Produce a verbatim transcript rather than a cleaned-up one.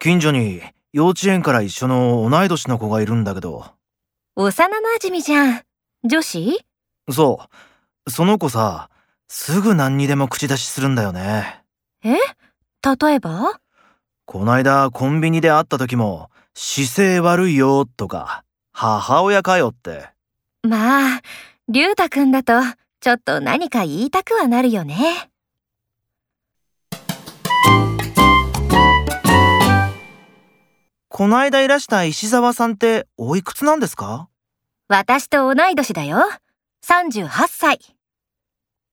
近所に幼稚園から一緒の同い年の子がいるんだけど。 幼馴染じゃん。女子？ そう。その子さ、すぐ何にでも口出しするんだよね。 え？例えば？ こないだコンビニで会った時も、姿勢悪いよとか、母親かよって。 まあ、龍太くんだと、ちょっと何か言いたくはなるよね。 こないだいらした石沢さんっておいくつなんですか？ 私と同い年だよ。さんじゅうはっさい。